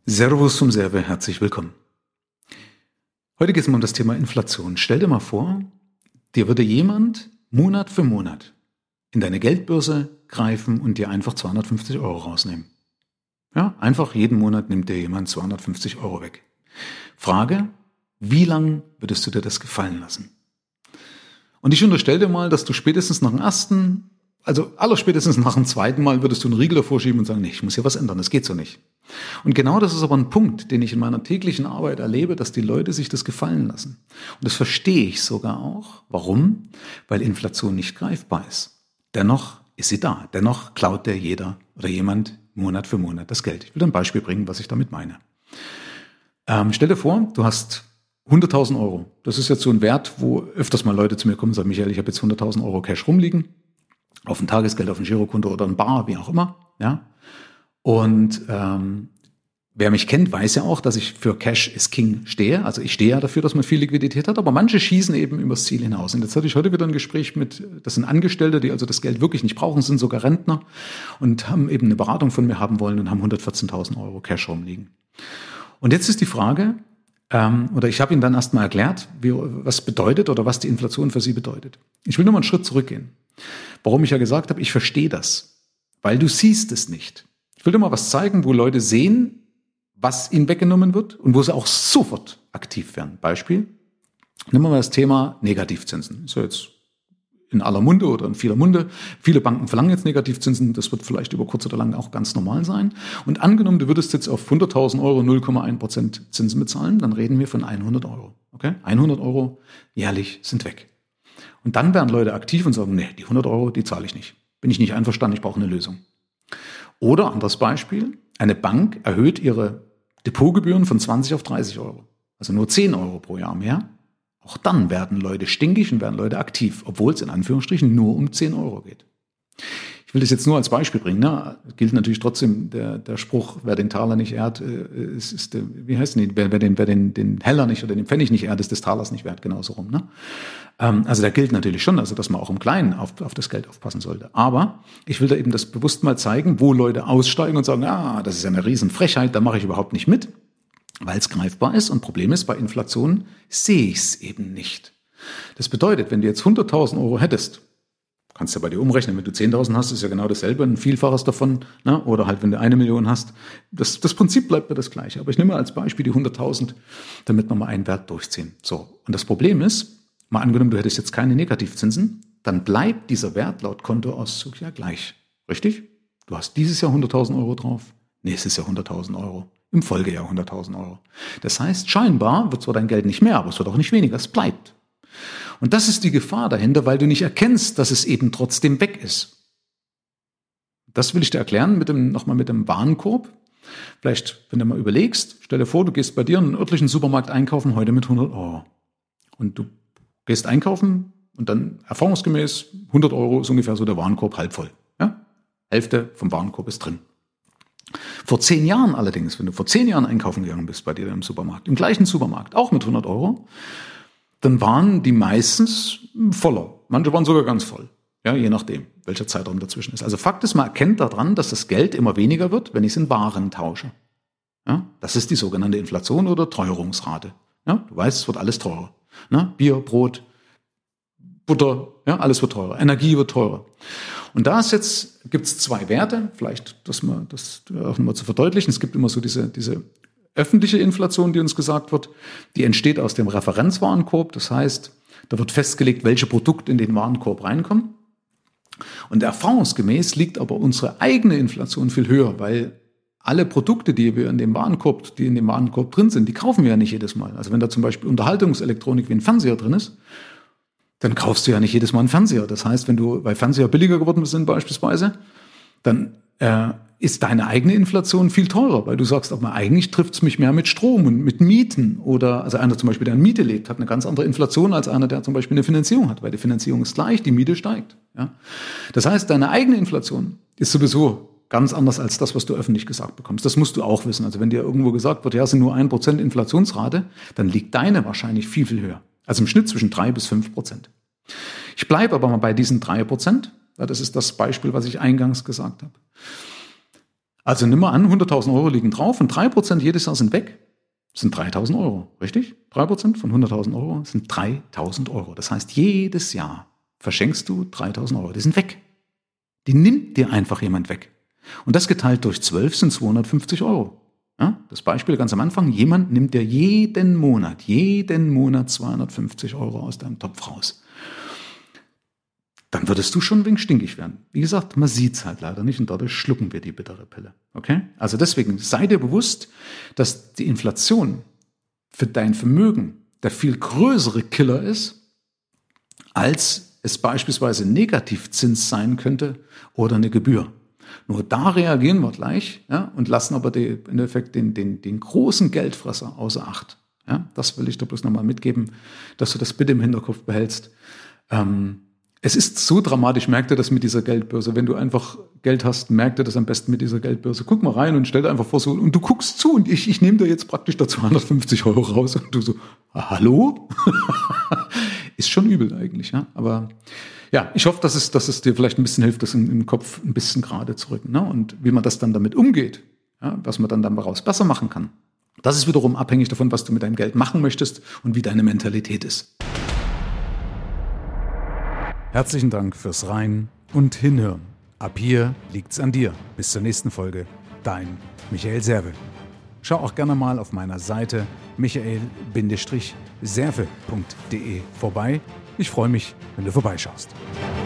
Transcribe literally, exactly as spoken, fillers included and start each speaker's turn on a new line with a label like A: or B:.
A: Servus zum Serve, herzlich willkommen. Heute geht es mal um das Thema Inflation. Stell dir mal vor, dir würde jemand Monat für Monat in deine Geldbörse greifen und dir einfach zweihundertfünfzig Euro rausnehmen. Ja, einfach jeden Monat nimmt dir jemand zweihundertfünfzig Euro weg. Frage, wie lang würdest du dir das gefallen lassen? Und ich unterstelle dir mal, dass du spätestens nach dem ersten, also allerspätestens nach dem zweiten Mal würdest du einen Riegel davor schieben und sagen, nee, ich muss hier was ändern, das geht so nicht. Und genau das ist aber ein Punkt, den ich in meiner täglichen Arbeit erlebe, dass die Leute sich das gefallen lassen. Und das verstehe ich sogar auch. Warum? Weil Inflation nicht greifbar ist. Dennoch ist sie da. Dennoch klaut dir jeder oder jemand Monat für Monat das Geld. Ich will ein Beispiel bringen, was ich damit meine. Ähm, stell dir vor, du hast hunderttausend Euro. Das ist jetzt so ein Wert, wo öfters mal Leute zu mir kommen und sagen, Michael, ich habe jetzt hunderttausend Euro Cash rumliegen. Auf ein Tagesgeld, auf ein Girokonto oder ein Bar, wie auch immer. Ja. Und ähm, wer mich kennt, weiß ja auch, dass ich für Cash is King stehe. Also ich stehe ja dafür, dass man viel Liquidität hat, aber manche schießen eben übers Ziel hinaus. Und jetzt hatte ich heute wieder ein Gespräch mit, das sind Angestellte, die also das Geld wirklich nicht brauchen, sind sogar Rentner und haben eben eine Beratung von mir haben wollen und haben hundertvierzehntausend Euro Cash rumliegen. Und jetzt ist die Frage, ähm, oder ich habe Ihnen dann erst mal erklärt, wie, was bedeutet oder was die Inflation für Sie bedeutet. Ich will nur mal einen Schritt zurückgehen. Warum ich ja gesagt habe, ich verstehe das, weil du siehst es nicht. Ich will dir mal was zeigen, wo Leute sehen, was ihnen weggenommen wird und wo sie auch sofort aktiv werden. Beispiel, nehmen wir mal das Thema Negativzinsen. Ist ja jetzt in aller Munde oder in vieler Munde. Viele Banken verlangen jetzt Negativzinsen. Das wird vielleicht über kurz oder lang auch ganz normal sein. Und angenommen, du würdest jetzt auf hunderttausend Euro null Komma eins Prozent Zinsen bezahlen, dann reden wir von hundert Euro. Okay? hundert Euro jährlich sind weg. Und dann werden Leute aktiv und sagen, nee, die hundert Euro, die zahle ich nicht. Bin ich nicht einverstanden, ich brauche eine Lösung. Oder anderes Beispiel, eine Bank erhöht ihre Depotgebühren von zwanzig auf dreißig Euro. Also nur zehn Euro pro Jahr mehr. Auch dann werden Leute stinkig und werden Leute aktiv, obwohl es in Anführungsstrichen nur um zehn Euro geht. Ich will das jetzt nur als Beispiel bringen. Ne? Gilt natürlich trotzdem der, der Spruch, wer den Taler nicht ehrt, ist, ist der, wie heißt denn, wer, wer, den, wer den, den Heller nicht oder den Pfennig nicht ehrt, ist des Talers nicht wert, genauso rum. Ne? Ähm, also der gilt natürlich schon, also dass man auch im Kleinen auf, auf das Geld aufpassen sollte. Aber ich will da eben das bewusst mal zeigen, wo Leute aussteigen und sagen, ah, das ist ja eine Riesenfrechheit, da mache ich überhaupt nicht mit, weil es greifbar ist. Und Problem ist, bei Inflation sehe ich es eben nicht. Das bedeutet, wenn du jetzt hunderttausend Euro hättest, kannst du ja bei dir umrechnen, wenn du zehntausend hast, ist ja genau dasselbe, ein Vielfaches davon, ne? Oder halt, wenn du eine Million hast. Das, das Prinzip bleibt mir das Gleiche. Aber ich nehme als Beispiel die hunderttausend, damit wir mal einen Wert durchziehen. So. Und das Problem ist, mal angenommen, du hättest jetzt keine Negativzinsen, dann bleibt dieser Wert laut Kontoauszug ja gleich. Richtig? Du hast dieses Jahr hunderttausend Euro drauf, nächstes Jahr hunderttausend Euro, im Folgejahr hunderttausend Euro. Das heißt, scheinbar wird zwar dein Geld nicht mehr, aber es wird auch nicht weniger, es bleibt. Und das ist die Gefahr dahinter, weil du nicht erkennst, dass es eben trotzdem weg ist. Das will ich dir erklären, mit dem, nochmal mit dem Warenkorb. Vielleicht, wenn du mal überlegst, stell dir vor, du gehst bei dir in einen örtlichen Supermarkt einkaufen, heute mit hundert Euro. Und du gehst einkaufen und dann erfahrungsgemäß hundert Euro ist ungefähr so der Warenkorb halb voll. Ja? Hälfte vom Warenkorb ist drin. Vor zehn Jahren allerdings, wenn du vor zehn Jahren einkaufen gegangen bist bei dir im Supermarkt, im gleichen Supermarkt, auch mit hundert Euro, dann waren die meistens voller. Manche waren sogar ganz voll. Ja, je nachdem, welcher Zeitraum dazwischen ist. Also Fakt ist, man erkennt daran, dass das Geld immer weniger wird, wenn ich es in Waren tausche. Ja, das ist die sogenannte Inflation oder Teuerungsrate. Ja, du weißt, es wird alles teurer. Ne? Bier, Brot, Butter, ja, alles wird teurer. Energie wird teurer. Und da ist jetzt, gibt es zwei Werte, vielleicht das mal, das auch nochmal zu verdeutlichen. Es gibt immer so diese, diese öffentliche Inflation, die uns gesagt wird, die entsteht aus dem Referenzwarenkorb. Das heißt, da wird festgelegt, welche Produkte in den Warenkorb reinkommen. Und erfahrungsgemäß liegt aber unsere eigene Inflation viel höher, weil alle Produkte, die wir in dem Warenkorb, die in dem Warenkorb drin sind, die kaufen wir ja nicht jedes Mal. Also wenn da zum Beispiel Unterhaltungselektronik wie ein Fernseher drin ist, dann kaufst du ja nicht jedes Mal einen Fernseher. Das heißt, wenn du, weil Fernseher billiger geworden sind beispielsweise, dann äh, ist deine eigene Inflation viel teurer, weil du sagst, aber eigentlich trifft es mich mehr mit Strom und mit Mieten. Oder also einer zum Beispiel, der in Miete lebt, hat eine ganz andere Inflation als einer, der zum Beispiel eine Finanzierung hat, weil die Finanzierung ist gleich, die Miete steigt. Ja? Das heißt, deine eigene Inflation ist sowieso ganz anders als das, was du öffentlich gesagt bekommst. Das musst du auch wissen. Also wenn dir irgendwo gesagt wird, ja, es sind nur ein Prozent Inflationsrate, dann liegt deine wahrscheinlich viel, viel höher. Also im Schnitt zwischen drei bis fünf Prozent. Ich bleibe aber mal bei diesen drei Prozent. Das ist das Beispiel, was ich eingangs gesagt habe. Also nimm mal an, hunderttausend Euro liegen drauf und drei Prozent jedes Jahr sind weg. Das sind dreitausend Euro, richtig? drei Prozent von hunderttausend Euro sind dreitausend Euro. Das heißt, jedes Jahr verschenkst du dreitausend Euro. Die sind weg. Die nimmt dir einfach jemand weg. Und das geteilt durch zwölf sind zweihundertfünfzig Euro. Ja, das Beispiel ganz am Anfang, jemand nimmt dir jeden Monat, jeden Monat zweihundertfünfzig Euro aus deinem Topf raus. Dann würdest du schon ein wenig stinkig werden. Wie gesagt, man sieht es halt leider nicht und dadurch schlucken wir die bittere Pille. Okay? Also deswegen sei dir bewusst, dass die Inflation für dein Vermögen der viel größere Killer ist, als es beispielsweise Negativzins sein könnte oder eine Gebühr. Nur da reagieren wir gleich, ja, und lassen aber die, im Endeffekt den, den, den großen Geldfresser außer Acht. Ja, das will ich dir bloß nochmal mitgeben, dass du das bitte im Hinterkopf behältst. Ähm, es ist so dramatisch, merkt ihr das mit dieser Geldbörse. Wenn du einfach Geld hast, merkt ihr das am besten mit dieser Geldbörse. Guck mal rein und stell dir einfach vor, so, und du guckst zu und ich, ich nehme dir jetzt praktisch da zweihundertfünfzig Euro raus und du so, ah, hallo? Ist schon übel eigentlich, ja, aber ja, ich hoffe, dass es, dass es dir vielleicht ein bisschen hilft, das im Kopf ein bisschen gerade zu rücken. Ne? Und wie man das dann damit umgeht, ja, was man dann daraus besser machen kann, das ist wiederum abhängig davon, was du mit deinem Geld machen möchtest und wie deine Mentalität ist. Herzlichen Dank fürs Rein- und Hinhören. Ab hier liegt's an dir. Bis zur nächsten Folge. Dein Michael Serve. Schau auch gerne mal auf meiner Seite michael Serve punkt de vorbei. Ich freue mich, wenn du vorbeischaust.